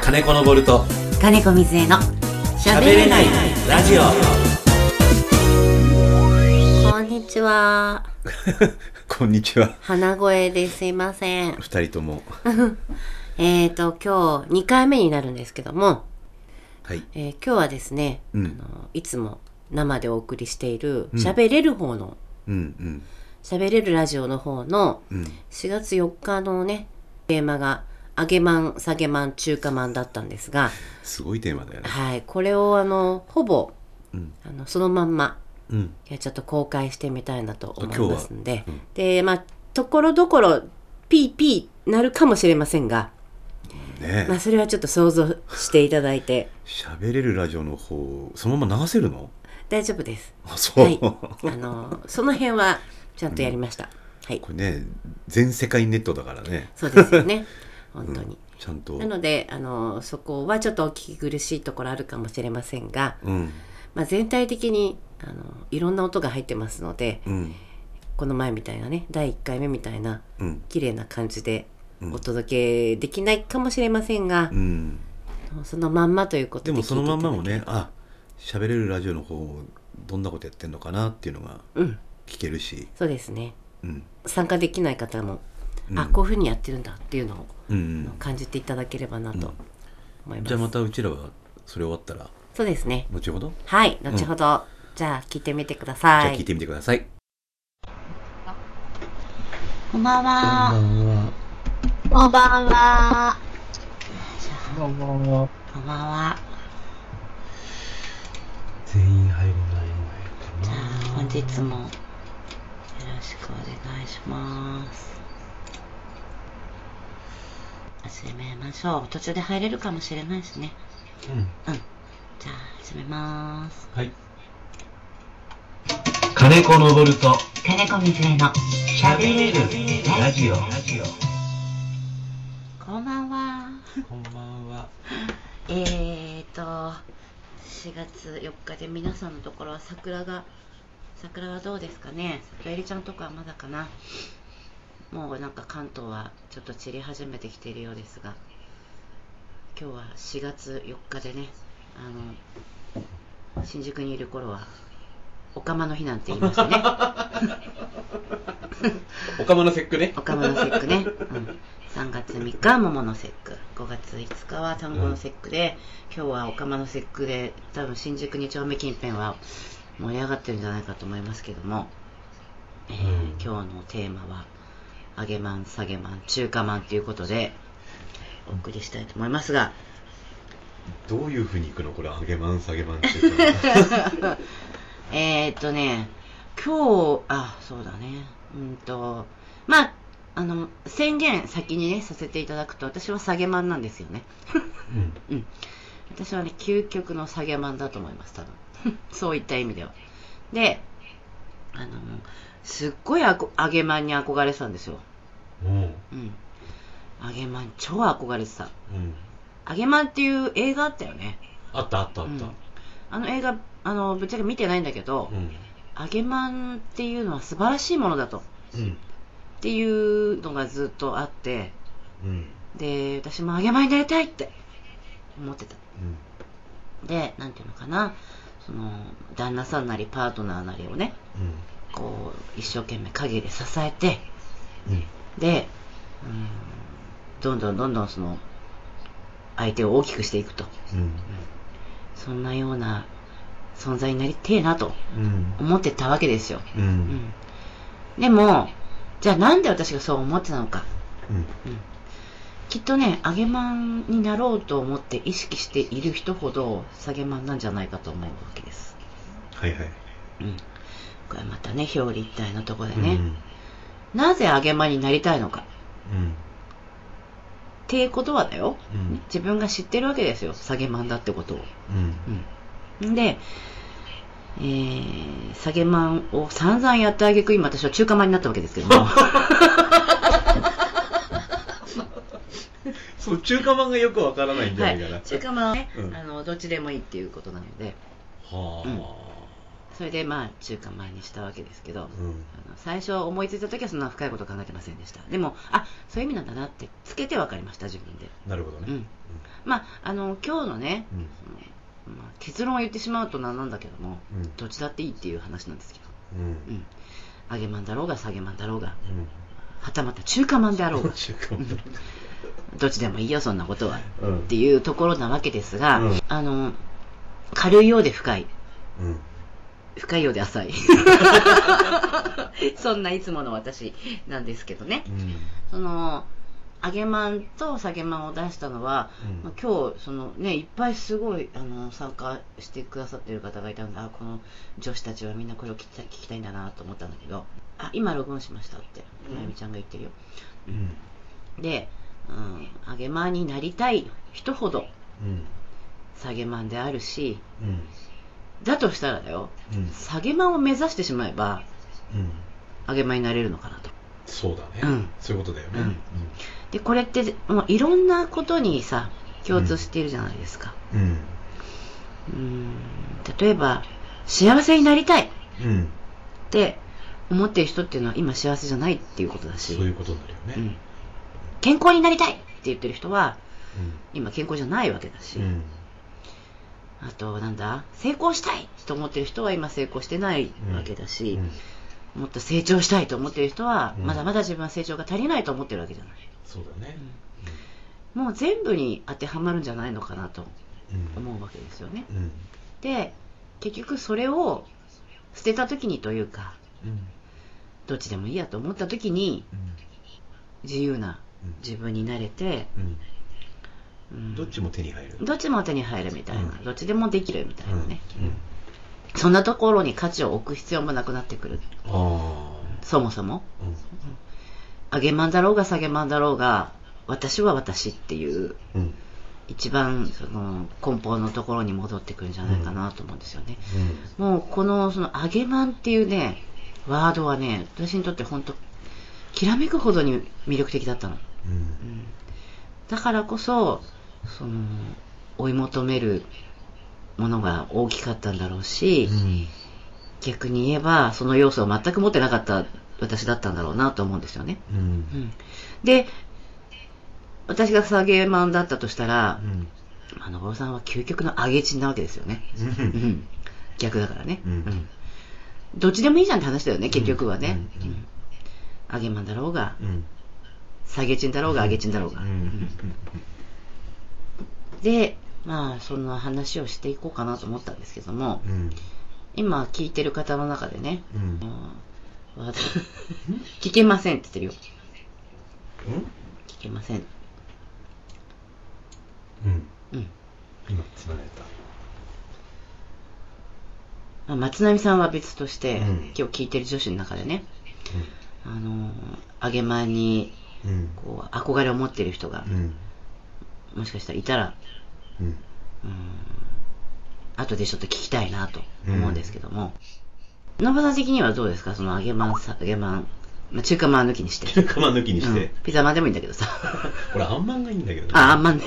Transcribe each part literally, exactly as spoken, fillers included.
金子のボルト金子水江のしゃべれないラジオ。こんにちは。 こんにちは。 鼻声ですいません。 二人ともえーと今日にかいめになるんですけども、 はい、 えー、今日はですね、 うん、 あのいつも生でお送りしているしゃべれる方の、 うんうんしゃべれるラジオの方のしがつよっかのねテーマが上げマン下げマン中華マンだったんですが、すごいテーマだよね。 はい、これをあのほぼ、 うん、 あのそのまんま、 うん、 いやちょっと公開してみたいなと思いますんで、 うん、 でまあところどころピーピーなるかもしれませんが、ね、まあそれはちょっと想像していただいて。 喋れるラジオの方そのまま流せるの？ 大丈夫です。 あ、そう、 はい、あのその辺はちゃんとやりました、うん、はい、 これね全世界ネットだからね。 そうですよね本当に、うん、 ちゃんとなのであのそこはちょっとお聞き苦しいところあるかもしれませんが、うん、まあ、全体的にあのいろんな音が入ってますので、うん、この前みたいなねだいいっかいめみたいな、うん、綺麗な感じでお届けできないかもしれませんが、うん、そのまんまということで聞いていただければ。 でもそのまんまもね、あ、喋れるラジオの方どんなことやってんのかなっていうのが聞けるし、うん、 そうですね、うん、参加できない方も、うん、あ、こういうふうにやってるんだっていうのを、うんうん、感じていただければなと思います、うん、 じゃあまたうちらはそれ終わったら、 そうですね、 後ほど、 はい後ほど、うん、じゃあ聞いてみてください。 じゃあ聞いてみてください。 こんばんは。 こんばんは。 こんばんは。 こんばんは。 こんばんは。 全員入れないのかな。 じゃあ本日もよろしくお願いします。始めましょう。途中で入れるかもしれないですね。うん。うん。じゃあ始めます。 はい。金子のボルト。 金子水江のしゃべれるラジオ。 こんばんは。 こんばんは。 えーとしがつよっかで皆さんのところは桜が桜はどうですかね。桜入りちゃんのとこはまだかな。もうなんか関東はちょっと散り始めてきているようですが、今日はしがつよっかでね、あの新宿にいる頃はおかまの日なんて言いましたねおかまの節句ね。 おかまの節句ね、うん、さんがつみっかは桃の節句、ごがついつかは単語の節句で、うん、今日はおかまの節句で、多分新宿に丁目近辺は盛り上がってるんじゃないかと思いますけども、えーうん、今日のテーマは上げマン下げマン中華マンということでお送りしたいと思いますが、 どういう風にいくのこれ、上げマン下げマン中華マンえーっとね今日あそうだねうんとまああの宣言先にねさせていただくと、私は下げマンなんですよねうん、うん、私はね究極の下げマンだと思います多分そういった意味では。であのすっごいあこ上げマンに憧れてたんですよ。うん、上げマン超憧れてた、うん、上げマンっていう映画あったよね。 あったあったあった、うん、 あの映画あのぶっちゃけ見てないんだけど、うん、上げマンっていうのは素晴らしいものだと、うん、っていうのがずっとあって、うん、で私も上げマンになりたいって思ってた、うん、でなんていうのかな、その旦那さんなりパートナーなりをね、うん、こう一生懸命陰で支えて、うん、で、うん、どんどんどんどんその相手を大きくしていくと、うんうん、そんなような存在になりてえなと思ってたわけですよ、うんうん、でもじゃあなんで私がそう思ってたのか、うんうん、きっとね上げマンになろうと思って意識している人ほど下げマンなんじゃないかと思うわけです。 はいはい、 うん、これまたね表裏一体のところでね、うん、なぜ上げマンになりたいのか、うんっていうことはだよ、うん、自分が知ってるわけですよ、下げマンだってことを、うんうん、で、えー、下げマンを散々やってあげく今私は中華マンになったわけですけどもそう中華マンがよくわからないんじゃないかな、はい、 中華マンはね、うん、あのどっちでもいいっていうことなので、はあ、うん、 それでまあ中華まんにしたわけですけど、うん、あの最初思いついた時はそんな深いこと考えてませんでした。でもあそういう意味なんだなってつけて分かりました、自分で。 なるほどね、うんうん、 まああの今日のね、うんまあ、結論を言ってしまうとなんなんだけども、うん、どっちだっていいっていう話なんですけど、うんうん、揚げまんだろうが下げまんだろうが、うん、はたまた中華まんであろうが中華まんどっちでもいいよそんなことは、うん、っていうところなわけですが、うん、あの軽いようで深い、うん、深いようで浅いそんないつもの私なんですけどね、うん、その揚げまんと下げまんを出したのは、うんまあ、今日その、ね、いっぱいすごいあの参加してくださっている方がいたんだ。この女子たちはみんなこれを聞きたい、聞きたいんだなと思ったんだけど、あ今ログオンしましたってまゆみちゃんが言ってるよ、うん、で、うん、揚げまんになりたい人ほど、うん、下げまんであるし、うん、だとしたらだよ、うん、下げまんを目指してしまえば、うん、揚げまんになれるのかなと。 そうだね、うん、そういうことだよね、うんうん、 でこれってもういろんなことにさ共通しているじゃないですか、うん、うーん例えば幸せになりたいって思っている人っていうのは今幸せじゃないっていうことだし、 そういうことになるよね、うん、 健康になりたいって言ってる人は、うん、今健康じゃないわけだし、うん、あとなんだ成功したいと思ってる人は今成功してないわけだし、うんうんもっと成長したいと思っている人は、うん、まだまだ自分は成長が足りないと思ってるわけじゃない。 そうだね、 うん、もう全部に当てはまるんじゃないのかなと思うわけですよね、うん、で結局それを捨てた時にというか、うん、どっちでもいいやと思った時に、うん、自由な自分になれて、 うんうん、どっちも手に入るどっちも手に入るみたいな、うん、どっちでもできるみたいなね、うんうんそんなところに価値を置く必要もなくなってくる。あそもそも、うん、揚げまんだろうが下げまんだろうが私は私っていう、うん、一番その根本のところに戻ってくるんじゃないかなと思うんですよね、うんうん、もうこのその揚げまんっていうねワードはね私にとって本当きらめくほどに魅力的だったの、うんうん、だからこそその追い求めるものが大きかったんだろうし、うん、逆に言えばその要素を全く持ってなかった私だったんだろうなと思うんですよね、うんうん、で私が下げまんだったとしたら、うん、あの坊さんは究極の揚げチンなわけですよね、うんうん、逆だからね、うんうん、どっちでもいいじゃんって話だよね結局はね、うんうんうん、揚げまんだろうが、うん、下げチンだろうが揚げチンだろうが、うんうん、でまあそんな話をしていこうかなと思ったんですけども、うん、今聞いてる方の中でね、うん、聞けませんって言ってるよ、うん、聞けませんうん、うん、今つながれた、 まあ、松並さんは別として、うん、今日聞いてる女子の中でね、うん、あの揚げまんにこう憧れを持ってる人が、うん、もしかしたらいたらうん、うん後でちょっと聞きたいなと思うんですけども、うん、ノブさん的にはどうですかその揚げまんさ揚げまん、まあ、中華まん抜きにして中華まん抜きにして、うん、 ピザまんでもいいんだけどさこれあんまんがいいんだけどねああんまんね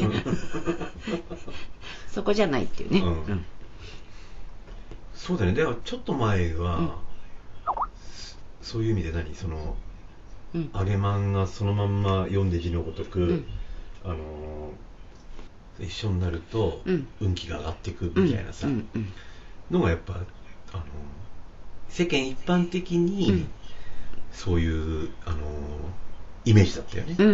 そこじゃないっていうね、うんうん、 そうだねではちょっと前は、うん、そういう意味で何その、うん、揚げまんがそのまんま読んで字のごとく、うん、あのー一緒になると、うん、運気が上がっていくみたいなさ、うんうんうん、のがやっぱあの世間一般的に、うん、そういうあのイメージだったよね、うんうんうん、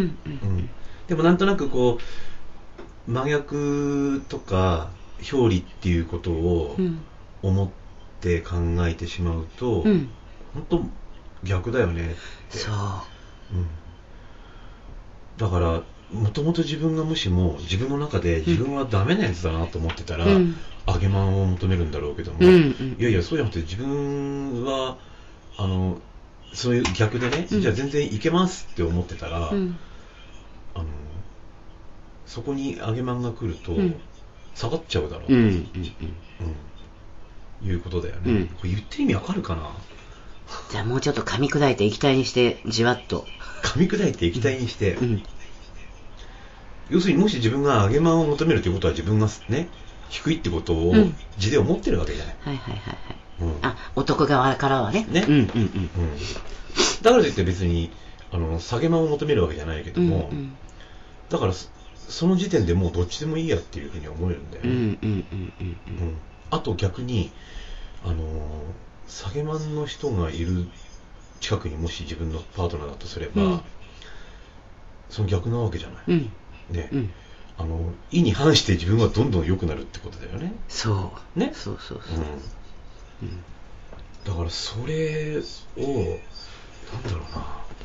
でもなんとなくこう真逆とか表裏っていうことを思って考えてしまうと、うん、本当逆だよねってそう、 うん、だからもともと自分がもしも自分の中で自分はダメなやつだなと思ってたら、うん、揚げまんを求めるんだろうけども、うんうん、いやいやそうじゃなくて自分はあのそういう逆でね、うん、じゃあ全然いけますって思ってたら、うん、あのそこに揚げまんが来ると、うん、下がっちゃうだろう、うんうんうんうん、いうことだよね、うん、これ言ってる意味わかるかなじゃあもうちょっと噛み砕いて液体にしてじわっと噛み砕いて液体にして、うんうん要するにもし自分が揚げまんを求めるということは自分がね低いってことを字で思ってるわけじゃない、 うん、はいはいはいはいうん、あ、男側からはね。 ね。うんうんうん。うん、だからといって別にあの下げ間を求めるわけじゃないけども、うんうん、だからその時点でもうどっちでもいいやっていうふうに思えるんだよね。うんうんうんうんうん。あと逆にあの下げ間の人がいる近くにもし自分のパートナーだとすれば、うん、その逆なわけじゃない。うん、ね。うん、あの意に反して自分はどんどん良くなるってことだよね。 そうね。そうそうそう。 うんうん、だからそれをなんだろうな、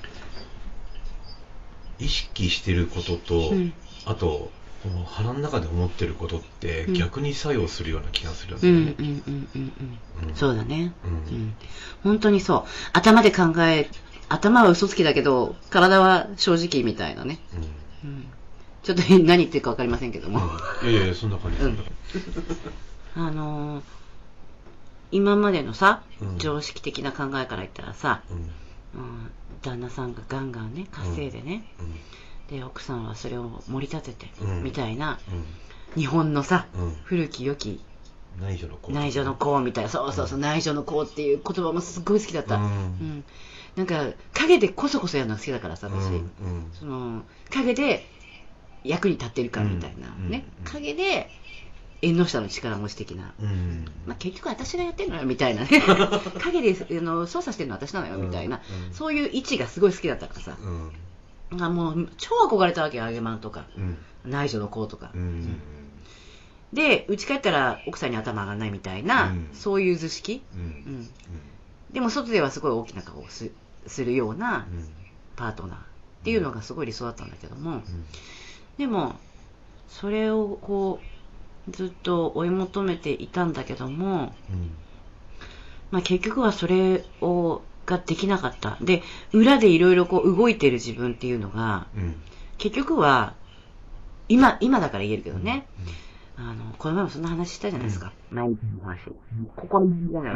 意識してることと、うん、あとこの腹の中で思ってることって逆に作用するような気がするんだよね。 うんうんうんうんうん。そうだね。うん、うん。本当にそう。頭で考え、頭は嘘つきだけど体は正直みたいなね。うん。うん、ちょっと何言ってるか分かりませんけども。 うん、いやいやそんな感じ。うん、 あのー、今までのさ、うん、常識的な考えから言ったらさ、うんうん、旦那さんがガンガンね稼いでね、うんうんで奥さんはそれを盛り立てて、うん、みたいな、うん、日本のさ、うん、古き良き内助の功内助の功みたいな、そうそうそう、うん、内助の功っていう言葉もすっごい好きだった、うんうん、なんか陰でこそこそやるのが好きだからさ私、うんうん、その陰で役に立ってるからみたいな、うん、ね、陰で縁の下の力持ち的な、うんまあ、結局私がやってるのよみたいなね陰であの操作してるのは私なのよみたいな、うんうん、そういう位置がすごい好きだったからさ、うんあもう超憧れたわけよ、揚げまんとか、うん、内助の功とか、うんうん、で家帰ったら奥さんに頭上がらないみたいな、うん、そういう図式、うんうん、でも外ではすごい大きな顔を す, するようなパートナーっていうのがすごい理想だったんだけども、うん、でもそれをこうずっと追い求めていたんだけども、うんまあ、結局はそれをができなかった。で、裏でいろいろこう動いてる自分っていうのが、うん、結局は今今だから言えるけどね、うんうん、あのこの前もそんな話したじゃないですか。毎日の話。ここのじゃない。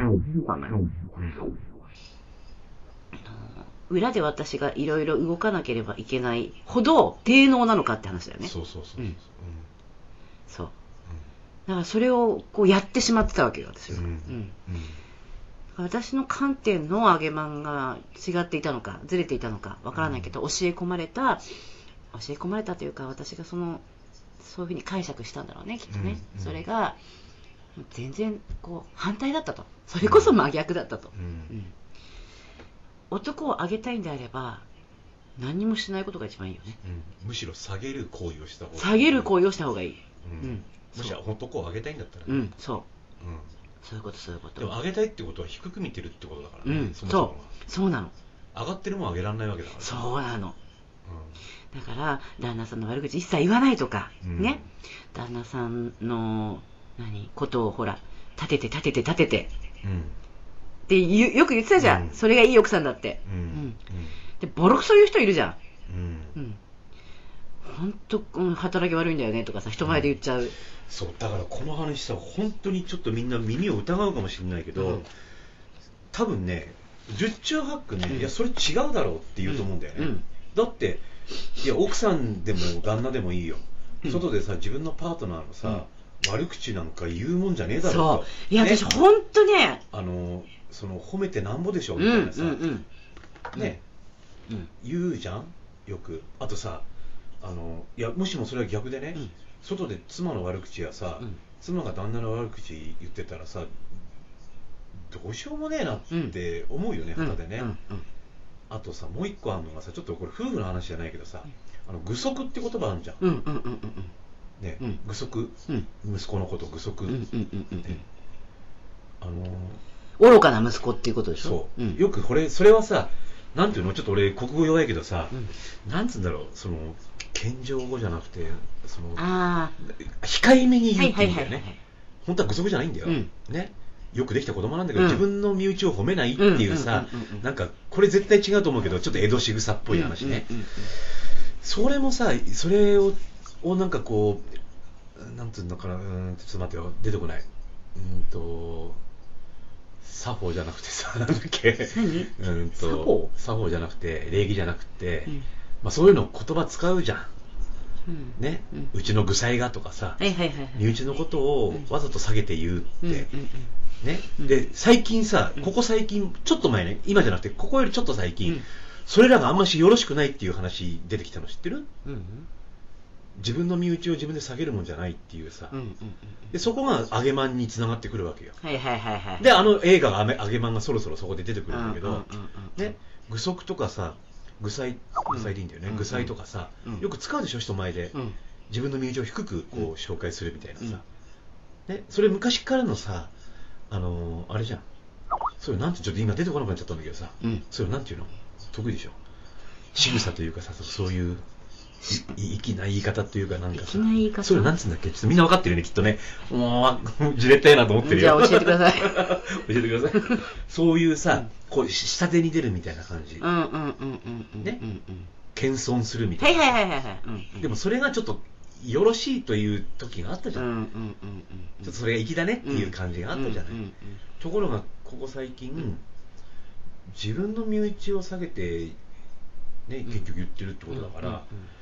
裏で私がいろいろ動かなければいけないほど低能なのかって話だよね。 そうそうそう。うん、 そう。だからそれをこうやってしまってたわけよ私は。うんうん私の観点の揚げまんが違っていたのかずれていたのかわからないけど、うん、教え込まれた教え込まれたというか私がそのそういうふうに解釈したんだろうねきっとね、うんうん、それが全然こう反対だったとそれこそ真逆だったと、うんうん、男を上げたいんであれば何にもしないことが一番いいよね、 うん、むしろ下げる行為をした方がいい下げる行為をした方がいい、 うんうん、もし男を上げたいんだったらね、うん、そう、うんそういうことそういうことでも上げたいってことは低く見てるってことだからね、 うん、そもそもそうそうなの上がってるもん上げられないわけだから、ね、 そうなの、うん、だから旦那さんの悪口一切言わないとか、うん、ね旦那さんの何ことをほら立てて立てて立てて、うん、ってよく言ってたじゃん、うん、それがいい奥さんだって、うんうん、でボロクソ言う人いるじゃん、うんうん本当、うん、働き悪いんだよねとかさ人前で言っちゃう、うん、 そうだからこの話さ本当にちょっとみんな耳を疑うかもしれないけど、うん、多分ね十中八九ね、うん、いやそれ違うだろうって言うと思うんだよね、うん、だっていや奥さんでも旦那でもいいよ、うん、外でさ自分のパートナーのさ、うん、悪口なんか言うもんじゃねえだろうとそういや、ね、私本当ねあのその褒めてなんぼでしょみたいなさ、うんうんうん、ね、うん、言うじゃんよくあとさあのいやもしもそれは逆でね、うん、外で妻の悪口やさ、うん、妻が旦那の悪口言ってたらさどうしようもねえなって思うよね、うん、肌でね、うんうん、あとさもう一個あるのがさちょっとこれ夫婦の話じゃないけどさ、うん、あの愚息って言葉あるじゃん、うんうんうんうん、ね、うん、愚息、うん、息子のこと愚息、うんうんうんうんね、あの愚かな息子っていうことでしょそう、うん、よくこれそれはさなんていうのちょっと俺国語弱いけどさ、うん、なんつうんだろうその謙譲語じゃなくてそのあ控えめに言うっていうんだよね、はいはいはいはい、本当は愚息じゃないんだよ、うん、ねよくできた子供なんだけど、うん、自分の身内を褒めないっていうさ、うんうんうんうん、なんかこれ絶対違うと思うけどちょっと江戸仕草っぽい話ね、うんうんうんうん、それもさそれををなんかこうなんつうのかなうんちょっと待ってよ出てこないうんと作法じゃなくてさなんだっけ何うんと作法作法じゃなくて礼儀じゃなくて、うんまあ、そういうの言葉使うじゃん、うんねうん、うちの具才がとかさ、はいはいはいはい、身内のことをわざと下げて言うって、うんうんうん、 ね、で最近さ、ここ最近ちょっと前ね、今じゃなくてここよりちょっと最近、うん、それらがあんましよろしくないっていう話出てきたの知ってる？うんうん、自分の身内を自分で下げるもんじゃないっていうさ、うんうんうん、でそこが揚げまんにつながってくるわけよ。 はいはいはいはい。 であの映画が揚げまんがそろそろそこで出てくるんだけど、うんうんうんうん、ね、具足とかさ、具材具材でいいんだよね、うん、具材とかさ、うん、よく使うでしょ人前で、うん、自分の身内を低くこう紹介するみたいなさ、うん、ね、それ昔からのさ、あのー、あれじゃん、それなんてちょっと今出てこなくなっちゃったんだけどさ、うん、それなんていうの得意でしょ、仕草というかさ、そういう粋な言い方というか、なんかさ、それなんつうんだっけ、ちょっとみんな分かってるよねきっとね、もうじれったいなと思ってるよ。 じゃあ教えてください。 教えてください。そういうさ、うん、こう下手に出るみたいな感じ、 うんうんうんうんうん、ね、 謙遜するみたいな。 はいはいはいはいはい、 うん、でもそれがちょっとよろしいという時があったじゃん。うんうんうんうん、ちょっとそれが粋だねっていう感じがあったじゃない。うんうんうんうん、ところがここ最近、うん、自分の身内を下げてね、結局言ってるってことだから、うんうんうん、あの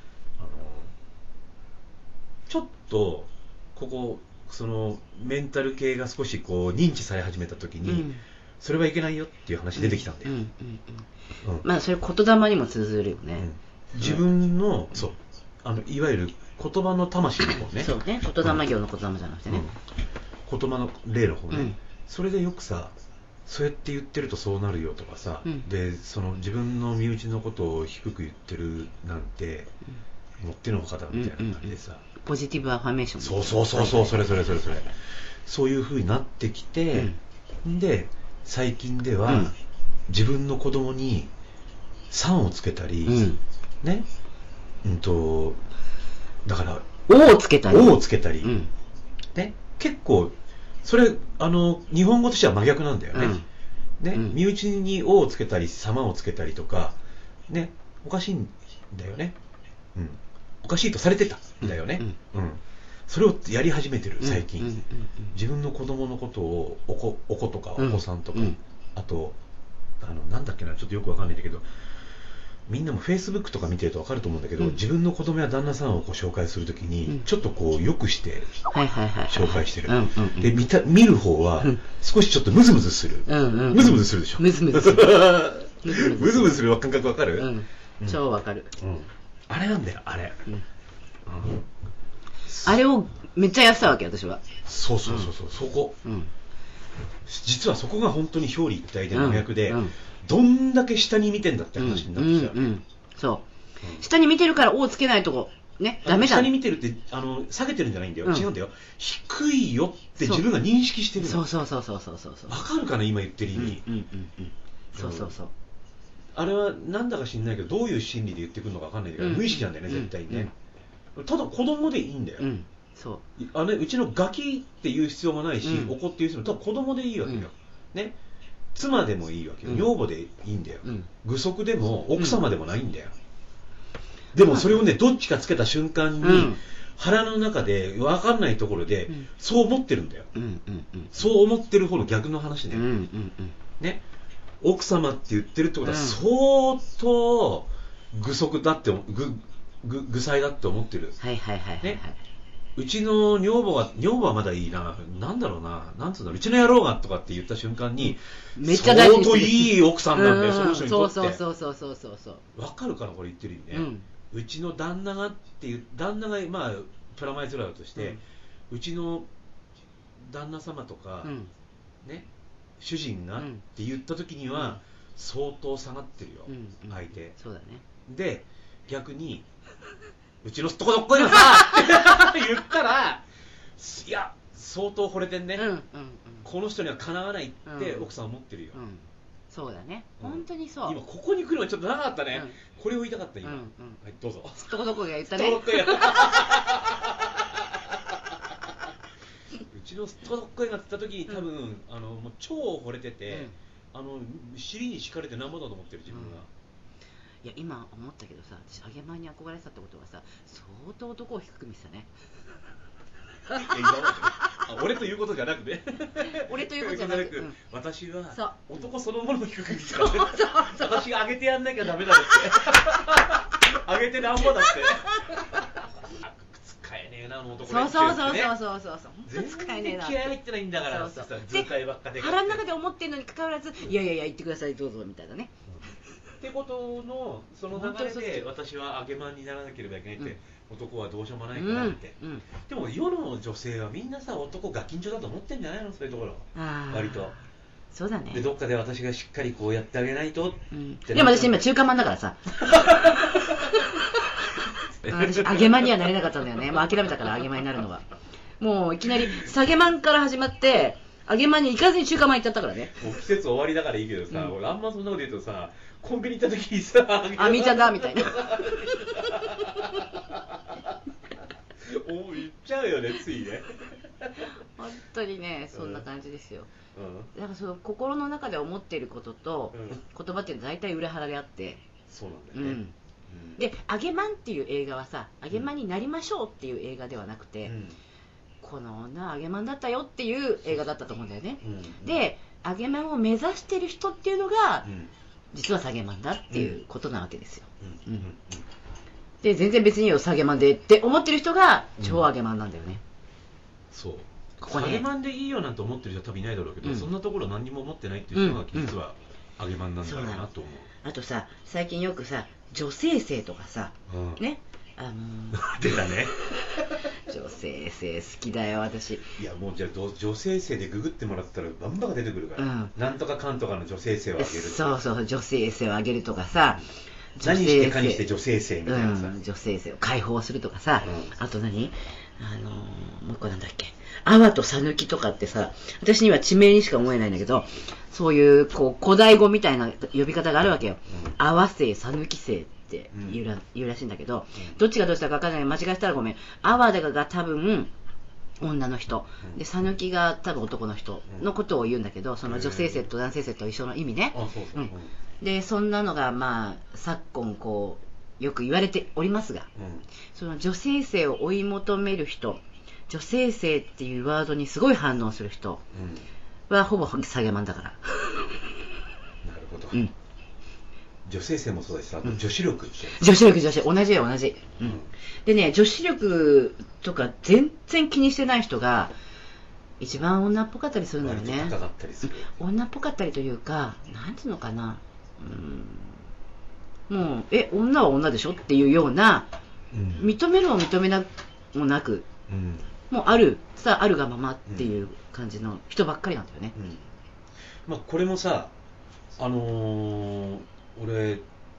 ちょっとここそのメンタル系が少しこう認知され始めた時に、うん、それはいけないよっていう話出てきたんだよ。うんうんうんうん、まあそれ言霊にも通ずるよね。 うん、自分の、そう、あのいわゆる言葉の魂の方ね。 そうね、言霊業の言霊じゃなくてね。 うん、言葉の霊の方ね、うん。それでよくさ、そうやって言ってるとそうなるよとかさ、うん、でその自分の身内のことを低く言ってるなんて、うん、もってのほかだみたいな感じでさ、うんうんうん、 ポジティブアファメーション、 そうそうそうそう、それそれそれそれ、そういう風になってきて、うん、で最近では、うん、自分の子供にさんをつけたり、うん、ね、うんとだからおをつけたり、 おをつけたり、うん、ね、結構それあの日本語としては真逆なんだよね。うん、ね、うん、身内に「お」をつけたり「様」をつけたりとかね、おかしいんだよね。うん、おかしいとされてたんだよね。うん、うん、それをやり始めてる最近。うんうんうんうん、自分の子供のことをお子、お子とかお子さんとか、うんうん、あとあのなんだっけな、ちょっとよくわかんないんだけど。みんなもフェイスブックとか見てると分かると思うんだけど、うん、自分の子供や旦那さんをこう紹介するときに、うん、ちょっとこうよくして紹介してる。で見た見る方は少しちょっとムズムズする。うんうんうん、ムズムズするでしょ。 ムズムズする。 ムズムズする感覚分かる？ うん、超分かる、 うん。あれなんだよあれ、うんうん。 あれをめっちゃやってたわけ私は。 そうそうそうそう、うん、そこ、うん。実はそこが本当に表裏一体で真逆で。うんうん、どんだけ下に見てんだって話になってきちゃう、うんうんうん、 そう、うん、下に見てるから「お」をつけないとこね、ダメだ。 下に見てるってあの下げてるんじゃないんだよ、うん、違うんだよ、低いよって自分が認識してるの。 そうそうそうそうそうそうそう。 分かるかな今言ってる意味。 うんうんうんうん、そうそうそう。 あれはなんだか知んないけどどういう心理で言ってくるのか分かんないけど、うん、無意識なんだよね絶対にね、うんうん、ただ子供でいいんだよ、うん、そうあれうちのガキっていう必要がないし、うん、お子っていう必要もただ子供でいいわけよ、うん、ね、妻でもいいわけよ、うん、女房でいいんだよ、うん、具足でも奥様でもないんだよ、うん、でもそれをねどっちかつけた瞬間に、うん、腹の中で分かんないところで、うん、そう思ってるんだよ、うんうんうん、そう思ってる方の逆の話ね、うんうんうん、ね、奥様って言ってるってことは相当具足だって具具具才だって思ってる、 はいはいはいはい、ね、 うちの女房が、女房はまだいいな、なんだろうな、なんつうんだろう、うちの野郎がとかって言った瞬間に、 めっちゃ大事に相当いい奥さんなんだよ、その人にとって。 そうそうそうそうそうそう。 わかるかな、これ言ってる意味ね。うん、うちの旦那がっていう、旦那が、まあ、プラマイゼロだとして、うん、うちの旦那様とか、うん、ね、主人がって言った時には、うん、相当下がってるよ、うんうん、相手。 そうだね。 で、逆に、うちのすっとこどっこいのさ言ったらいや相当惚れてんね、うんうんうん、この人にはかなわないって奥さんは思ってるよ、うんうん、 そうだね、うん、本当にそう。 今ここに来るのはちょっと長かったね、うん、これを言いたかった今、うんうん、はい、どうぞ。 すっとこどっこいが言ったね。うちのすっとこどっこいがって言った時に多分、うん、あのもう超惚れてて、うん、あの尻に敷かれてなんぼだと思ってる自分が、うん、 いや今思ったけどさ、私揚げまんに憧れてたってことはさ、相当男を低く見せたね。 いや今までね、あ俺ということじゃなくね俺ということじゃなく、うん、 私は男そのものを低く見せた、ね、私が上げてやんなきゃダメだって上げてなんぼだって使えねえなあの男そうそうそうそうそうそうそう全然気合入ってないんだからさ、図解ばっかで腹の中で思ってるのに関わらず、いやいやいや言ってくださいどうぞみたいなね、 ってことのその流れで私は揚げまんにならなければいけないって、うん、男はどうしようもないからって、うんうん、でも世の女性はみんなさ男ガキンチョだと思ってんじゃないの、そういうところ割とそうだね。 でどっかで私がしっかりこうやってあげないとって、うん、 でも私今中華まんだからさ私揚げまんにはなれなかったんだよね。もう諦めたから揚げまんになるのはもういきなり下げまんから始まって揚げまんに行かずに中華まん行っちゃったからね。 もう季節終わりだからいいけどさ、うん、俺あんまそんなこと言うとさコンビニ行った時にさあみーちゃんだみたいなお言っちゃうよねついね本当にねそんな感じですよ、うん、だからその心の中で思っていることと、うん、言葉っていうのは大体裏腹であってそうなんだよね、うんうん、で揚げまんっていう映画はさ揚げまんになりましょうっていう映画ではなくて、うん、この女揚げまんだったよっていう映画だったと思うんだよね、うんうん、で揚げまんを目指してる人っていうのが、うん、実は下げまんだっていうことなわけですよ、うんうんうん、で全然別にいいよ下げまんでって思ってる人が超揚げまんなんだよね、 うん、そうここ、ね、下げまんでいいよなんて思ってる人は多分いないだろうけど、うん、そんなところ何にも思ってないっていう人が実は揚げまんなんだろうなと思う、 うん、あとさ最近よくさ女性性とかさ、うん、ねあのー、出たね女性性好きだよ私。 いやもうじゃあ女性性でググってもらったらバンバンが出てくるから、うん、なんとかかんとかの女性性を上げるそうそう女性性を上げるとかさ、 うん、何してかにして女性性みたいなさ、うん、 女性性を解放するとかさ、うん、あと何あのー、もう一個なんだっけ阿波とさぬきとかってさ私には地名にしか思えないんだけどそういうこう古代語みたいな呼び方があるわけよ、うん、阿波姓さぬき姓って言う ら,、うん、言うらしいんだけど、うん、どっちがどうしたか分からない間違えたらごめん。阿波が多分女の人、うん、でさぬきが多分男の人のことを言うんだけど、その女性性と男性性と一緒の意味ね、うん、でそんなのがまあ昨今こうよく言われておりますが、うん、その女性性を追い求める人女性性っていうワードにすごい反応する人はほぼ下げまんだから、 うん、なるほど、うん女性性もそうです。あと女子力って、 うん、女子力女子同じよ同じ、うんうん、でね女子力とか全然気にしてない人が一番女っぽかったりするのよね。 高かったりする。 女っぽかったりというかなんていうのかな、うん、もうえ女は女でしょっていうような、うん、認めるも認めなもなく、うん、もうあるさあるがままっていう感じの人ばっかりなんだよね、うんまあ、これもさあのー俺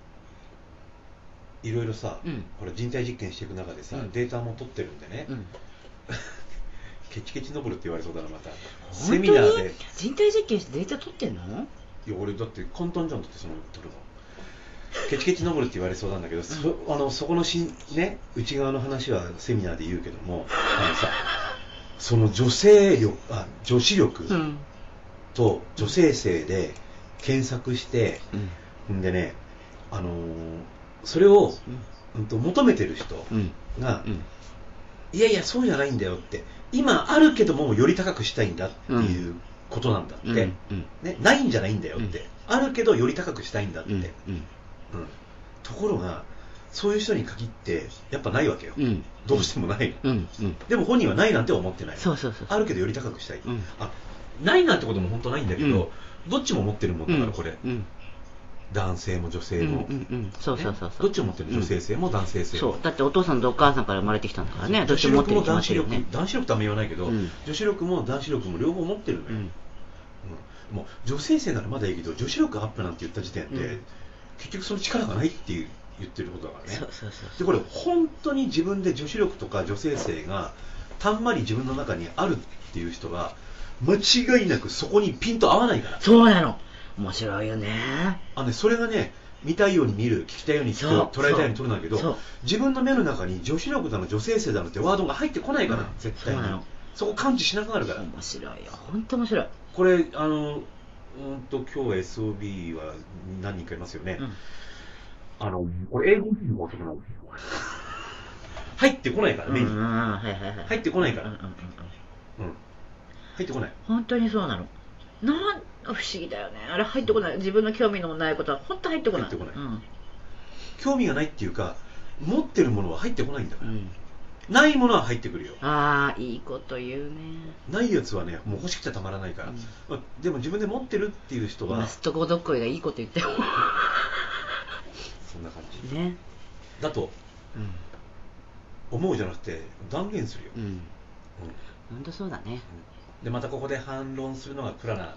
いろいろさ、うん、これ人体実験していく中でさ、うん、データも取ってるんでね、うん、ケチケチ登るって言われそうだなまたセミナーで人体実験してデータ取ってんの？ いや俺だって簡単じゃんだってその取るのケチケチ登るって言われそうなんだけど、うん、そ, あのそこのし、ね、内側の話はセミナーで言うけどもあのさその女性力あ女子力と女性性で検索して、うんんでね、あのー、それを、うん、うんと求めてる人が、うんうん、いやいやそうじゃないんだよって今あるけどもより高くしたいんだっていうことなんだって、うんうんね、ないんじゃないんだよって、うん、あるけどより高くしたいんだって、うんうんうん、ところがそういう人に限ってやっぱないわけよ、うん、どうしてもない、うんうん、でも本人はないなんて思ってない。 そうそうそうあるけどより高くしたい、うん、あないなんてことも本当ないんだけど、うん、どっちも持ってるもんだからこれ、うんうん男性も女性も、うんうんうん、そうそうそうそう、ね、どっちも持ってる、女性性も男性性も、 そうだってお父さんとお母さんから生まれてきたんだからね。どっちも持ってる気持ちよね。 男子力とは言わないけど、うん、女子力も男子力も両方持ってるのよ、うんうん、もう女性性ならまだいいけど女子力アップなんて言った時点で、うん、結局その力がないっていう言ってることだからね。 そうそうそうそう。 でこれ本当に自分で女子力とか女性性がたんまり自分の中にあるっていう人が間違いなくそこにピンと合わないから。 そうなの。面白いよね。 あね、それがね見たいように見る聞きたいように聞く捉えたいように取るんだけど自分の目の中に女子力だの女性性だのってワードが入ってこないから、うん、絶対に そ, そこ感知しなくなるから。 面白いよ本当面白い。 これあのうんと今日 エスオービー は何人かいますよね、うん、あのこれ英語記事も遅くなる入ってこないから目に、うんうんはいはいはい、入ってこないから、うんうんうんうん、入ってこない。 本当にそうなの。なん不思議だよねあれ入ってこない。自分の興味のないことは本当入ってこない。 入ってこない、うん、興味がないっていうか持ってるものは入ってこないんだから、うん、 ないものは入ってくるよ。 ああ、いいこと言うね。 ないやつはね、もう欲しくてたまらないから、うんまあ、でも自分で持ってるっていう人は今すっとこどっこいがいいこと言ってよそんな感じねだと、うん、思うじゃなくて断言するよ。うん、うん、 本当そうだね、 うん、でまたここで反論するのがプラな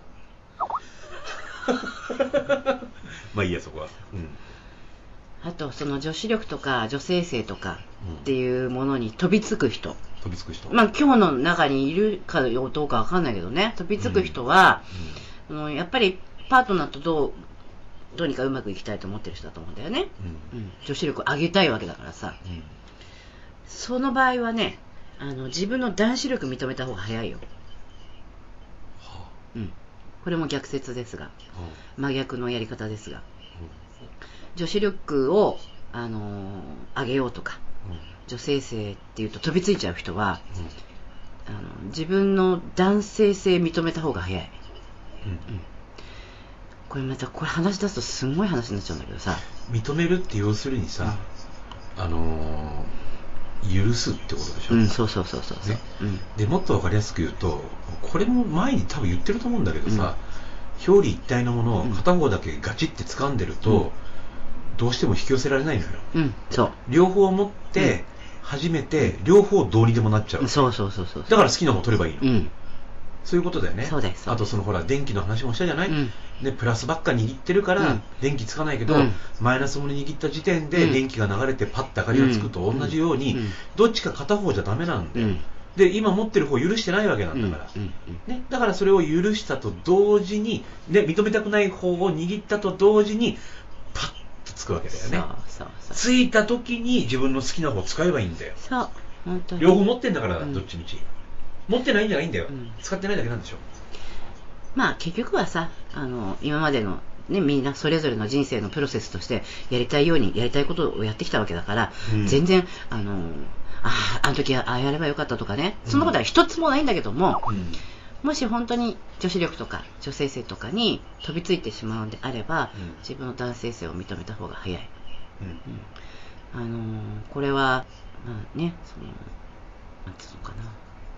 まあいいやそこは、うん、 あとその女子力とか女性性とかっていうものに飛びつく人、 飛びつく人、 まあ今日の中にいるかどうかわかんないけどね、飛びつく人は、うんうん、やっぱりパートナーとどうどうにかうまくいきたいと思ってる人だと思うんだよね、うんうん、女子力を上げたいわけだからさ、うん、その場合はね、あの自分の男子力認めた方が早いよ、はあ、うん、これも逆説ですが、はあ、真逆のやり方ですが、女子力を、あのー、上げようとか、うん、女性性っていうと飛びついちゃう人は、うん、あの自分の男性性認めた方が早い、うんうん、これまたこれ話し出すとすごい話になっちゃうんだけどさ、 認めるって要するにさ、うん、あのー、許すってことでしょ、 うん、そうそうそうそうそう、ね、 うん、でもっと分かりやすく言うと、これも前に多分言ってると思うんだけどさ、うん、表裏一体のものを片方だけガチって掴んでると、うん、どうしても引き寄せられないのよ、 うん、そう両方持って初めて、うん、両方どうにでもなっちゃう、 そうそうそうそう、 だから好きな方取ればいいの、うん、そういうことだよね。 そうです。 あとそのほら電気の話もしたじゃない、うん、でプラスばっか握ってるから、うん、電気つかないけど、うん、マイナスも握った時点で電気が流れてパッと明かりがつくと同じように、うん、どっちか片方じゃダメなんだよ、うん、で今持ってる方許してないわけなんだから、うんうんね、だからそれを許したと同時に、ね、認めたくない方を握ったと同時にパッとつくわけだよね。そうそうそう、ついた時に自分の好きな方を使えばいいんだよ。 そう本当に両方持ってんだから、うん、どっちみち持ってないんじゃないんだよ、うん、使ってないだけなんでしょ。 まあ結局はさ、あの今までのね、みんなそれぞれの人生のプロセスとしてやりたいようにやりたいことをやってきたわけだから、うん、全然あのああの時ああやればよかったとかね、そんなことは一つもないんだけども、うん、もし本当に女子力とか女性性とかに飛びついてしまうのであれば、うん、自分の男性性を認めた方が早い、うんうん、あのこれは、まあね、そのなんていうのかな、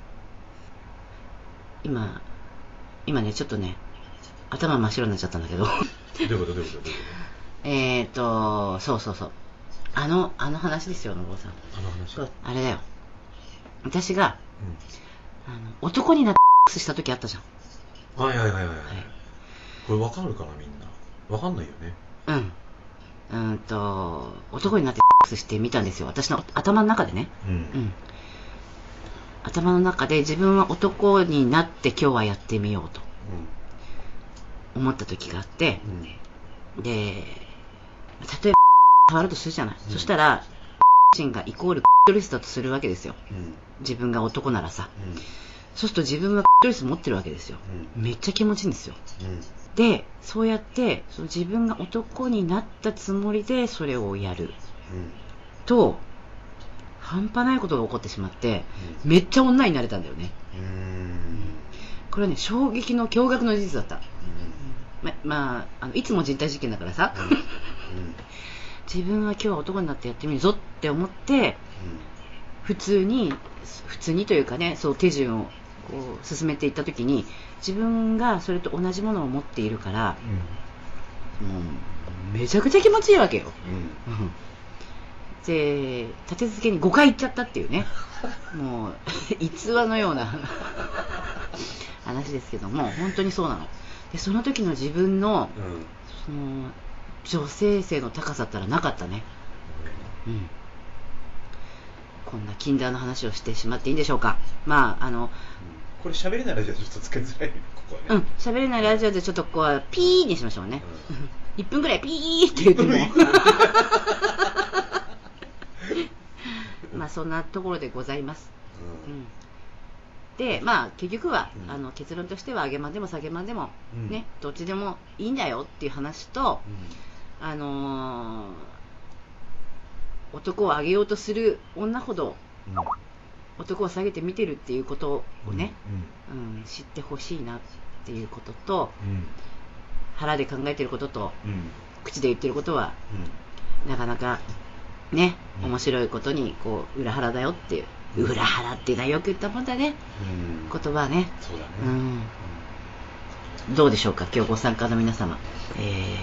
今今ねちょっとね頭真っ白になっちゃったんだけどどういうことどういうことどういうことえっとそうそうそうあのあの話ですよ、のぼうさん。 あの話あれだよ、私が、うん、あの男になってした時あったじゃん。 はいはいはいはい、はい、これ分かるかな、みんな分かんないよね。 うんうんと男になってしてみたんですよ、私の頭の中でね、うん、うん、頭の中で自分は男になって今日はやってみようと思った時があって、うん、で例えば変わるとするじゃない、うん、そしたら心がイコールクリスだとするわけですよ、うん、自分が男ならさ、うん、そうすると自分はクリス持ってるわけですよ、うん、めっちゃ気持ちいいんですよ、うん、でそうやってその自分が男になったつもりでそれをやる、うん、と半端ないことが起こってしまって、うん、めっちゃ女になれたんだよね。うーん、これはね衝撃の驚愕の事実だった、うん、ま, まあ、あのいつも人体実験だからさ、うんうん、自分は今日は男になってやってみるぞって思って、うん、普通に普通にというかね、そう手順をこう進めていった時に自分がそれと同じものを持っているから、うん、もうめちゃくちゃ気持ちいいわけよ、うんうん、で立て続けにごかい行っちゃったっていうねもう逸話のような話ですけども、本当にそうなので、その時の自分の、うん、その女性性の高さったらなかったね、うん、こんな禁断の話をしてしまっていいんでしょうか。まああの、うん、 これ喋れないラジオでちょっとつけづらい、ここはね、 うん、喋れないラジオでちょっとこうピーにしましょうね、うん、いっぷんぐらいピーって言ってもまあそんなところでございます、うんうん、でまあ結局は、うん、あの結論としては上げまんでも下げまんでも、うん、ね、どっちでもいいんだよっていう話と、うん、あのー、男を上げようとする女ほど、うん、男を下げて見てるっていうことをね、うんうんうん、知ってほしいなっていうことと、うん、腹で考えてることと、うん、口で言ってることは、うん、なかなかね、面白いことにこう裏腹だよっていう裏腹っていうのはよく言ったもんだね、うん、言葉はね。 そうだね、 うん、どうでしょうか今日ご参加の皆様、え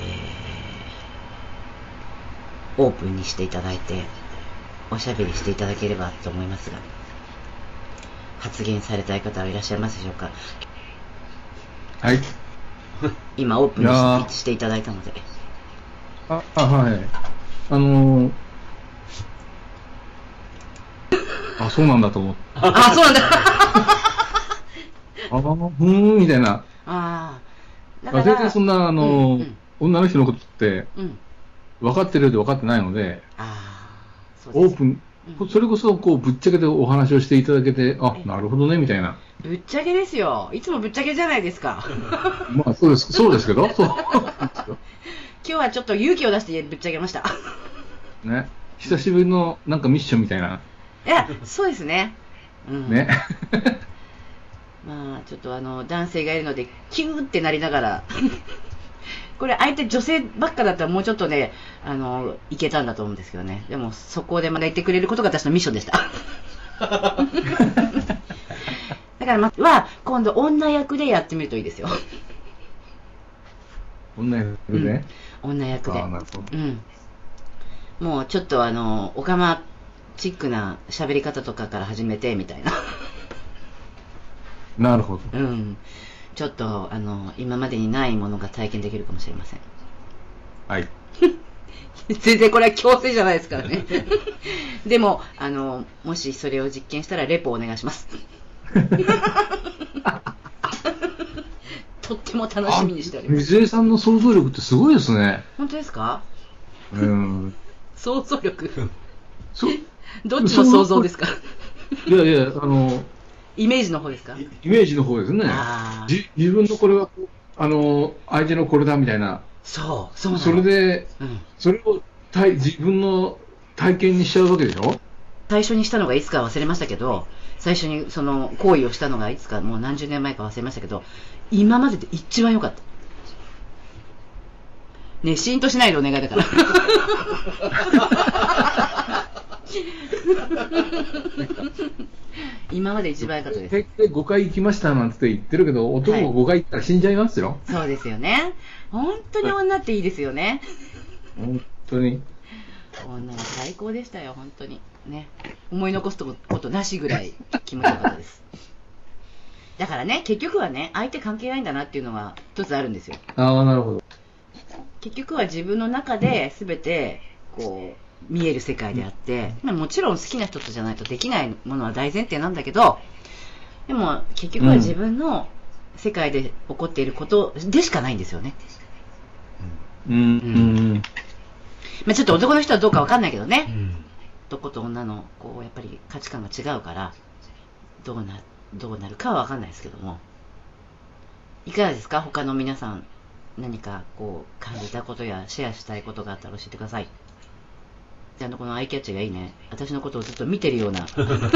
ー、オープンにしていただいておしゃべりしていただければと思いますが、発言されたい方はいらっしゃいますでしょうか。 はい、 今オープンに し, していただいたので。 ああはいあのー、あそうなんだと思って。 あそうなんだあふーんみたいな。 あだから全然そんなあのーうんうん、女の人のことって、うん、分かってるようで分かってないので、 あそうです、オープン、うん、それこそこうぶっちゃけてお話をしていただけて、あなるほどねみたいな。 ぶっちゃけですよ。いつもぶっちゃけじゃないですか。 まあそうですそうですけど、そう。 今日はちょっと勇気を出してぶっちゃけました。 ね、久しぶりのなんかミッションみたいな。 いや、そうですね。うん、 ね。 まあちょっとあの男性がいるのでキューってなりながらこれ相手女性ばっかだったらもうちょっとねあのいけたんだと思うんですけどね。でもそこでまだ言ってくれることが私のミッションでしただからまは今度女役でやってみるといいですよ。 女役で、 うん、女役で。 あなるほど、 うん、もうちょっとあのオカマチックな喋り方とかから始めてみたいな。 なるほど。 うん。ちょっとあの今までにないものが体験できるかもしれません。 はい。 全然これは強制じゃないですからね。でもあのもしそれを実験したらレポお願いします。とっても楽しみにしております。 水江さんの想像力ってすごいですね。 本当ですか？ うん。 想像力。そどっちの想像ですか？ いやいやあのイメージの方ですか？ イメージの方ですね。じ自分のこれはあの相手のこれだみたいな。 そうそうなの。 それで、うん、それを体自分の体験にしちゃうわけでしょ。 最初にしたのがいつか忘れましたけど、最初にその行為をしたのがいつかもう何十年前か忘れましたけど、今までで一番良かった。ねえ、シーンとしないでお願いだから。今まで一番良かったです。 でごかい行きましたなんて言ってるけど、男がごかい行ったら死んじゃいますよ。 はい、そうですよね。本当に女っていいですよね。 本当に。 女は最高でしたよ、本当に。ね。思い残すことなしぐらい気持ちよかったです。だからね、結局はね、相手関係ないんだなっていうのが一つあるんですよ。 ああ、なるほど。 結局は自分の中で全てこう見える世界であって、まあ、もちろん好きな人とじゃないとできないものは大前提なんだけど、でも結局は自分の世界で起こっていることでしかないんですよね。 うんうんうんまあ、ちょっと男の人はどうかわかんないけどね、うん、男と女のこうやっぱり価値観が違うからどうなどうなるかはわかんないですけども、いかがですか？他の皆さん何かこう感じたことやシェアしたいことがあったら教えてください。じゃあこのアイキャッチがいいね。私のことをずっと見てるようなアイ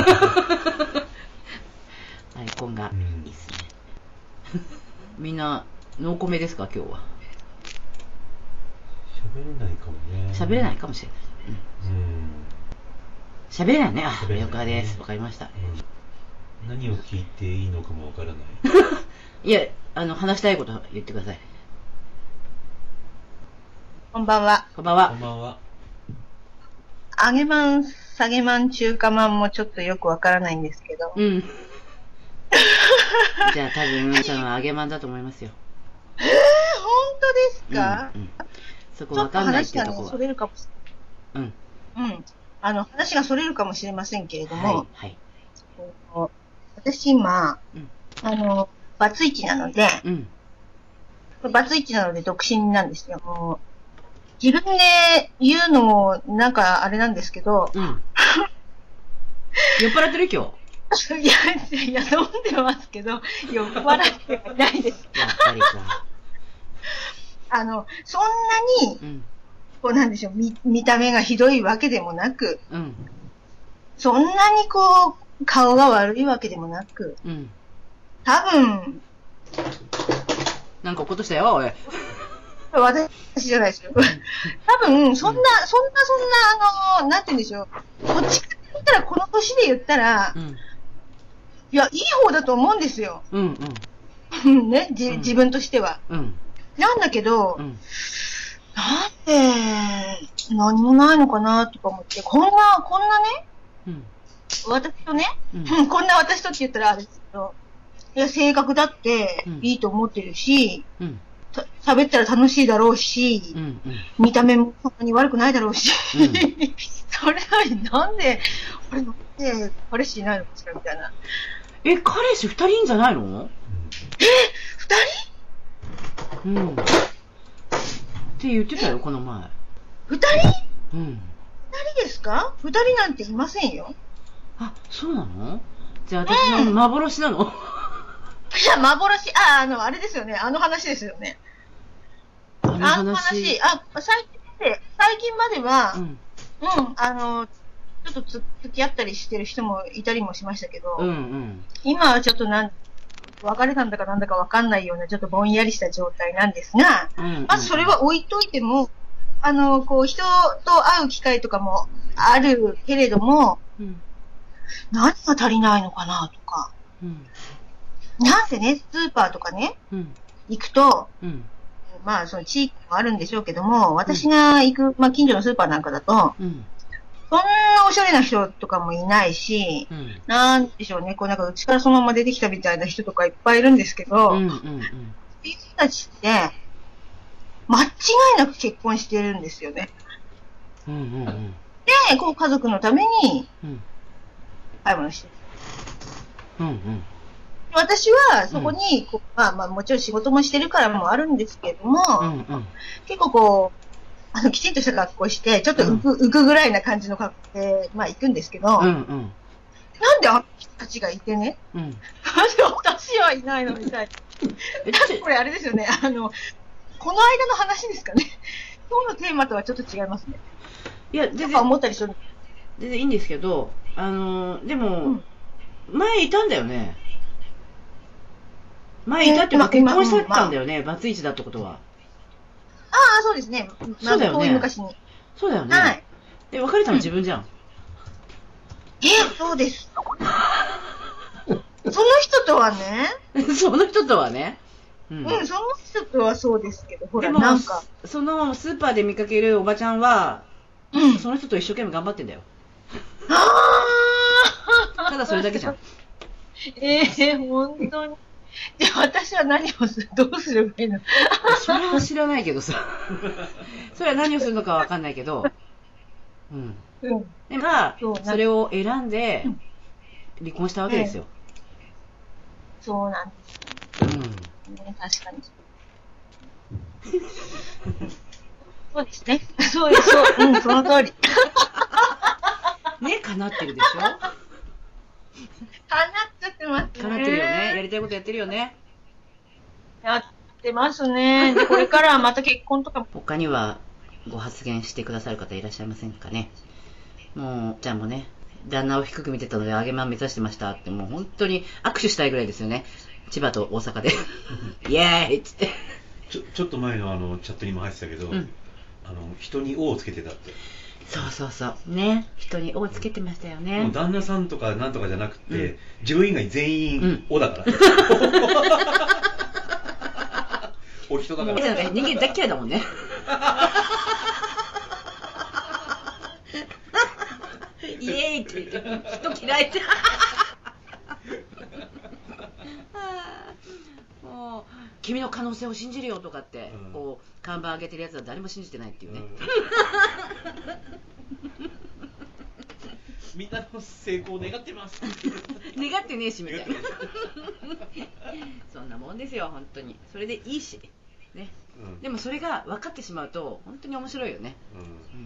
コンがいいですね。みんなノーコメですか今日は？ 喋れないかもね。 喋れないかもしれない。うん。喋れないね。あ、了解です。わかりました、 うん。何を聞いていいのかもわからない。 いや、あの話したいこと言ってください。 こんばんは。 こんばんは。 こんばんは。 揚げまん、下げまん、中華まんもちょっとよくわからないんですけど。 うん。じゃあ多分皆さんは揚げまんだと思いますよ。 えー、本当ですか？ うんうん、そこわかんないっていうところは。 話が、ね、それるかもしれない。うん。うん。あの、話がそれるかもしれませんけれども。 はい。はい、 私今、うん、あの、バツイチなので、 うん、 バツイチなので独身なんですよ。自分で言うのもなんかあれなんですけど、 うん、酔っ払ってる今日。いや、いや、飲んでますけど、酔っ払ってはいないです。 やっぱりか。 あの、そんなに、うん、こうなんでしょう、見、見た目がひどいわけでもなく、 うん、 そんなにこう、顔が悪いわけでもなく、 うん、 多分、 なんか落っことしたよ、おい。 私じゃないですよ。多分、そんな、そんな、そんな、あの、なんて言うんでしょう。こっちからたらこの年で言ったら、うん、いや、いい方だと思うんですよ。うんうん。ね、じ、うん、自分としては。うん。なんだけど、うん、なんで、何もないのかなとか思って、こんな、こんなね、うん、私とね、うん、こんな私とって言ったらあれですけど、いや、性格だっていいと思ってるし、うん、喋ったら楽しいだろうし、うんうん、見た目もそんなに悪くないだろうし、うん、それなりになんで、あれなんで彼氏いないのかしらみたいな。 え、彼氏二人いいんじゃないの？ え、二人？うん。って言ってたよ、この前。 二人？うん。二人ですか？二人なんていませんよ。 あ、そうなの？じゃあ私の幻なの？ いや、幻、あ、あの、あれですよね。あの話ですよね。あの話。あの話。あ、最近まで、最近までは、うん、うん、あの、ちょっとつ付き合ったりしてる人もいたりもしましたけど、うんうん、今はちょっとなん、別れたんだかなんだかわかんないような、ちょっとぼんやりした状態なんですが、うんうんうん、まずそれは置いといても、あの、こう、人と会う機会とかもあるけれども、うん、何が足りないのかなとか、うんなんせね、スーパーとかね、うん、行くと、うん、まあ、その地域もあるんでしょうけども、私が行く、まあ、近所のスーパーなんかだと、うん、そんなおしゃれな人とかもいないし、うん、なんでしょうね、こうなんかうちからそのまま出てきたみたいな人とかいっぱいいるんですけど、うんうんうん、そういう人たちって、間違いなく結婚してるんですよね。うんうんうん、で、こう家族のために、買い物してる。うんうん私はそこにこう、うん、まあまあもちろん仕事もしてるからもあるんですけども、うんうん、結構こう、あの、きちんとした格好して、ちょっと浮く、うん、浮くぐらいな感じの格好で、まあ行くんですけど、うんうん、なんであの人たちがいてね、うん、なんで私はいないのみたいな。なんかこれあれですよね、あの、この間の話ですかね。今日のテーマとはちょっと違いますね。 いや、全然、思ったりする。 全然いいんですけど、あの、でも、うん、前いたんだよね。前いたっていうか結婚しちゃったんだよね、バツイチだってことは。 ああ、そうですね。 そうだよね。 昔に。 そうだよね。はい。で、別れたの自分じゃん。 え、そうです。その人とはね。 その人とはね。 うん、うん、その人とはそうですけど、ほら、なんか。 そのスーパーで見かけるおばちゃんは、うん、その人と一生懸命頑張ってんだよ。ああただそれだけじゃん。 ええー、本当に。で、私は何をする、どうすればいいの？ それは知らないけどさ。それは何をするのかわかんないけど。うん。うん。でが、それを選んで、離婚したわけですよ。 うん、そうなんです。うん。ね、確かに。そうですね。そうです、そう。うん、その通り。 ね、叶ってるでしょ？ 叶っちゃってますね。 叶ってるよね。やりたいことやってるよね。 やってますね。で、これからはまた結婚とかも。 他にはご発言してくださる方いらっしゃいませんかね。もう、ちゃんもね、旦那を低く見てたので、揚げまん目指してましたって、もう本当に握手したいぐらいですよね。千葉と大阪で。イエーイっつって。 ちょ、ちょっと前のあの、チャットにも入ってたけど、うん、あの、人に「お」をつけてたって。 そうそうそうね、人に「お」つけてましたよね。 もう旦那さんとかなんとかじゃなくて、うん、自分以外全員「お」だから、うん、お人だから。 人間大嫌いだもんね。イエーイって言って人嫌いって。もう君の可能性を信じるよとかって、うん、こう看板上げてるやつは誰も信じてないっていうね。 うん、みんなの成功を願ってます。 願ってねえしみたいな。そんなもんですよ本当に。それでいいしね、うん、でもそれが分かってしまうと本当に面白いよね。うんうん、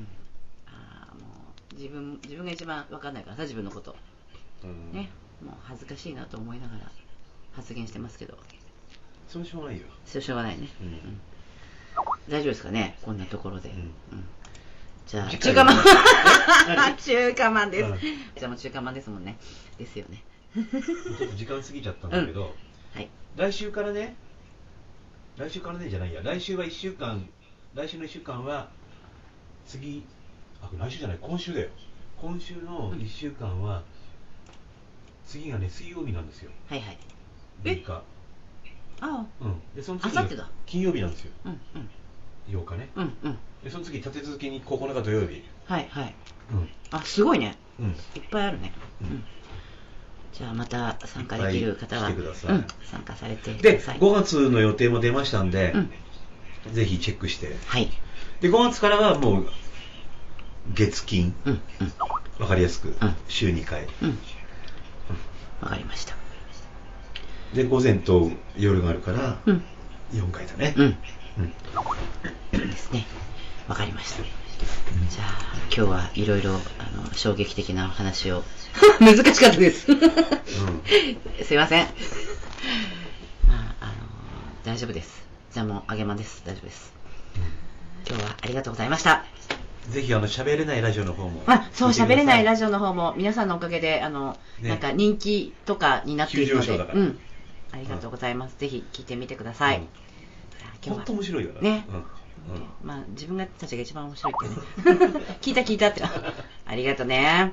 ああもう自分自分が一番分かんないからさ自分のこと、うん、ね、もう恥ずかしいなと思いながら発言してますけど。 それしょうがないよ。 それしょうがないね。うんうん、大丈夫ですかねこんなところで。うんうん、じゃあ中華まん。中華まんです。うん、じゃあもう中華まんですもんね。ですよね。 ちょっと時間過ぎちゃったんだけど、うんはい、来週からね、来週からねじゃないや、来週はいっしゅうかん、来週のいっしゅうかんは次、あ、来週じゃない、今週だよ。 今週のいっしゅうかんは、うん、次がね水曜日なんですよ。 はいはい。 えああ、 うん、でその次が金曜日なんですよ。 うんうん。 ようかね。 うんうん。 でその次立て続けにここのか土曜日。 はいはい。 うん。 あ、すごいね。 うん。いっぱいあるね。うん。うん、じゃあまた参加できる方は、 来てください。うん、 参加されてください。 い。 で、ごがつの予定も出ましたんで、 うん、 ぜひチェックして。 はい。 で、ごがつからはもう月金、 うんうん、 わかりやすく、 うん、 週にかい。 うん。わかりました。 で、午前と夜があるから、うん、よんかいだね。 うん。うん。ですね。わかりました。じゃあ今日はいろいろあの衝撃的な話を難しかったです、うん、すいません。まああの大丈夫です。じゃあもうあげまです。大丈夫です。今日はありがとうございました。 ぜひあの喋れないラジオの方もあ、そう喋れないラジオの方も皆さんのおかげであの、ね、なんか人気とかになっているので、うん、ありがとうございます。うん、ぜひ聞いてみてください。うん、 今日は本当面白いよね。うんうん、まあ自分たちが一番面白いってね聞いた聞いたってありがとうね、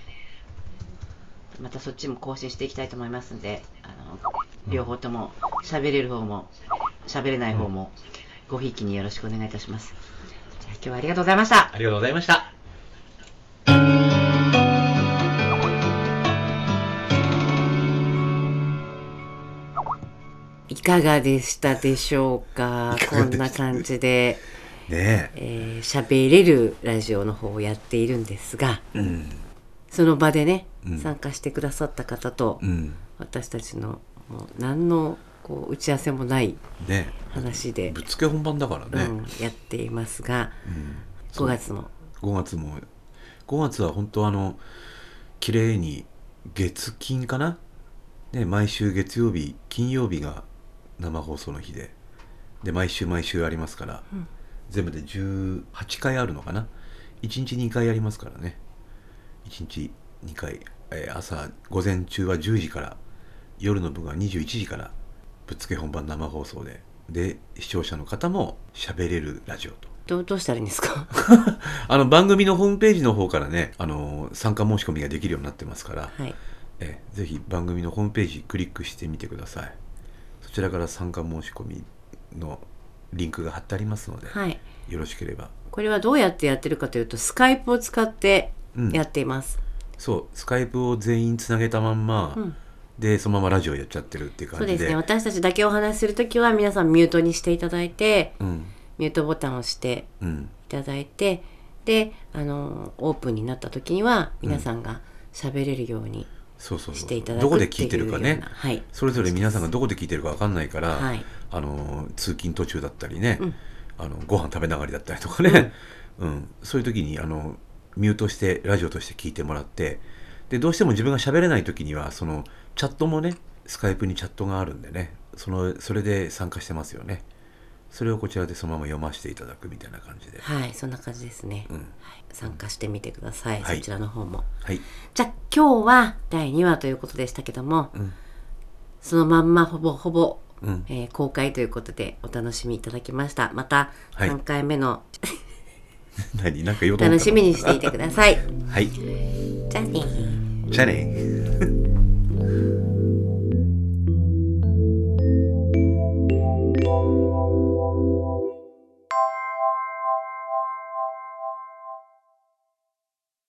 うん、またそっちも更新していきたいと思いますんで、あの両方とも喋れる方も喋れない方もごひいきによろしくお願いいたします。じゃあ今日はありがとうございました。 ありがとうございました。 いかがでしたでしょうか。こんな感じでねえー、喋れるラジオの方をやっているんですが、 うん、 その場でね、 うん、 参加してくださった方と、 うん、 私たちのもう何のこう打ち合わせもない話で、 ね、ぶっつけ本番だからね、 うん、やっていますが、うん、ごがつもごがつもごがつは本当あの綺麗に月金かな、ね、毎週月曜日金曜日が生放送の日でで毎週毎週ありますから、うん、全部でじゅうはちかいあるのかな。いちにちにかいやりますからね。いちにちにかい、えー、朝午前中はじゅうじから夜の部がにじゅういちじからぶっつけ本番生放送でで視聴者の方も喋れるラジオと。 どう、どうしたらいいんですかあの番組のホームページの方からね、あの参加申し込みができるようになってますから、 はい、 えー、ぜひ番組のホームページクリックしてみてください。そちらから参加申し込みのリンクが貼ってありますので、 はい、 よろしければ。 これはどうやってやってるかというとスカイプを使ってやっています、 うん、そうスカイプを全員つなげたまんま、うん、でそのままラジオやっちゃってるっていう感じで。 そうですね。私たちだけお話しするときは皆さんミュートにしていただいて、 うん、 ミュートボタンを押していただいて、うん、であのオープンになった時には皆さんが喋れるようにしていただくっていうような、 どこで聞いてるかね、 はい、 それぞれ皆さんがどこで聞いてるか分かんないから、 はい、 あの通勤途中だったりね、 うん、 あのご飯食べながらだったりとかね、うんうん、そういう時にあのミュートしてラジオとして聞いてもらって、でどうしても自分が喋れない時にはそのチャットもね、スカイプにチャットがあるんでね、そのそれで参加してますよね。それをこちらでそのまま読ませていただくみたいな感じで。 はい、そんな感じですね、 うん、 はい、参加してみてください、 はい、 そちらの方も、 はい、 じゃあ今日はだいにわということでしたけども、 うん、 そのまんまほぼほぼ、 うんえー、公開ということでお楽しみいただきました。またさんかいめの、 はい、何なんか言おうと思ったの楽しみにしていてください。 はい、 じゃあねじゃあね